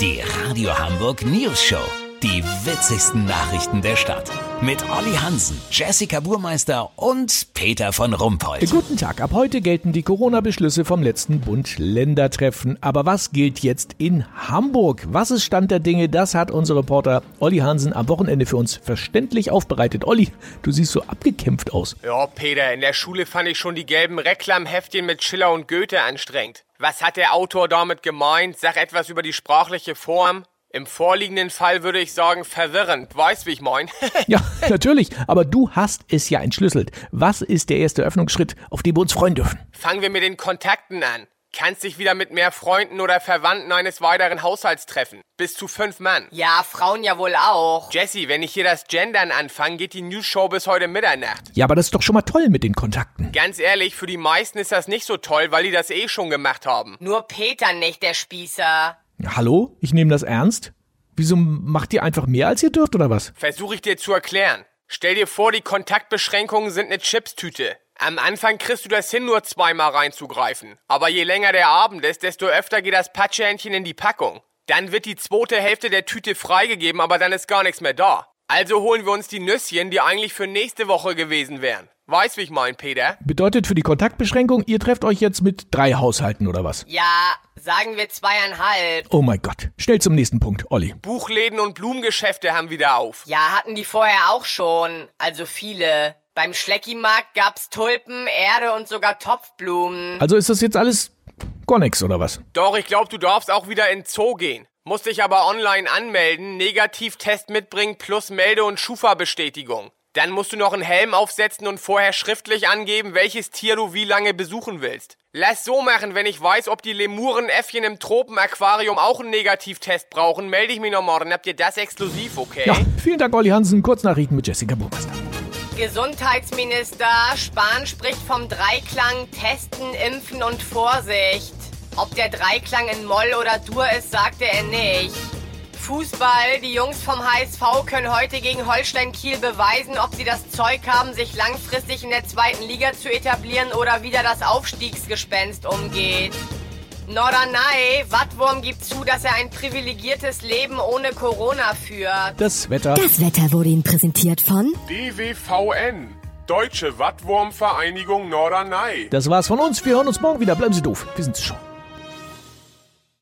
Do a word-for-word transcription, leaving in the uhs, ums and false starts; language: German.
Die Radio Hamburg News Show. Die witzigsten Nachrichten der Stadt. Mit Olli Hansen, Jessica Burmeister und Peter von Rumpold. Guten Tag. Ab heute gelten die Corona-Beschlüsse vom letzten Bund-Länder-Treffen. Aber was gilt jetzt in Hamburg? Was ist Stand der Dinge? Das hat unser Reporter Olli Hansen am Wochenende für uns verständlich aufbereitet. Olli, du siehst so abgekämpft aus. Ja, Peter, in der Schule fand ich schon die gelben Reklamheftchen mit Schiller und Goethe anstrengend. Was hat der Autor damit gemeint? Sag etwas über die sprachliche Form. Im vorliegenden Fall würde ich sagen, verwirrend. Weißt, wie ich mein? Ja, natürlich. Aber du hast es ja entschlüsselt. Was ist der erste Öffnungsschritt, auf den wir uns freuen dürfen? Fangen wir mit den Kontakten an. Kannst dich wieder mit mehr Freunden oder Verwandten eines weiteren Haushalts treffen. Bis zu fünf Mann. Ja, Frauen ja wohl auch. Jessie, wenn ich hier das Gendern anfange, geht die News-Show bis heute Mitternacht. Ja, aber das ist doch schon mal toll mit den Kontakten. Ganz ehrlich, für die meisten ist das nicht so toll, weil die das eh schon gemacht haben. Nur Peter nicht, der Spießer. Hallo? Ich nehme das ernst? Wieso macht ihr einfach mehr, als ihr dürft, oder was? Versuche ich dir zu erklären. Stell dir vor, die Kontaktbeschränkungen sind eine Chipstüte. Am Anfang kriegst du das hin, nur zweimal reinzugreifen. Aber je länger der Abend ist, desto öfter geht das Patschehändchen in die Packung. Dann wird die zweite Hälfte der Tüte freigegeben, aber dann ist gar nichts mehr da. Also holen wir uns die Nüsschen, die eigentlich für nächste Woche gewesen wären. Weißt, wie ich mein, Peter? Bedeutet für die Kontaktbeschränkung, ihr trefft euch jetzt mit drei Haushalten, oder was? Ja, sagen wir zweieinhalb. Oh mein Gott. Schnell zum nächsten Punkt, Olli. Buchläden und Blumengeschäfte haben wieder auf. Ja, hatten die vorher auch schon. Also viele. Beim Schleckimarkt gab's Tulpen, Erde und sogar Topfblumen. Also ist das jetzt alles gar nix, oder was? Doch, ich glaube, du darfst auch wieder in den Zoo gehen. Musst dich aber online anmelden, Negativtest mitbringen plus Melde- und Schufa-Bestätigung. Dann musst du noch einen Helm aufsetzen und vorher schriftlich angeben, welches Tier du wie lange besuchen willst. Lass so machen, wenn ich weiß, ob die Lemurenäffchen im Tropenaquarium auch einen Negativtest brauchen, melde ich mich noch morgen. Habt ihr das exklusiv, okay? Ja, vielen Dank, Olli Hansen. Kurznachrichten mit Jessica Burmeister. Gesundheitsminister Spahn spricht vom Dreiklang Testen, Impfen und Vorsicht. Ob der Dreiklang in Moll oder Dur ist, sagte er nicht. Fußball, die Jungs vom H S V können heute gegen Holstein Kiel beweisen, ob sie das Zeug haben, sich langfristig in der zweiten Liga zu etablieren oder wieder das Aufstiegsgespenst umgeht. Norderney, Wattwurm gibt zu, dass er ein privilegiertes Leben ohne Corona führt. Das Wetter. Das Wetter wurde Ihnen präsentiert von D W V N, Deutsche Wattwurmvereinigung Norderney. Das war's von uns. Wir hören uns morgen wieder. Bleiben Sie doof. Wir sind's schon.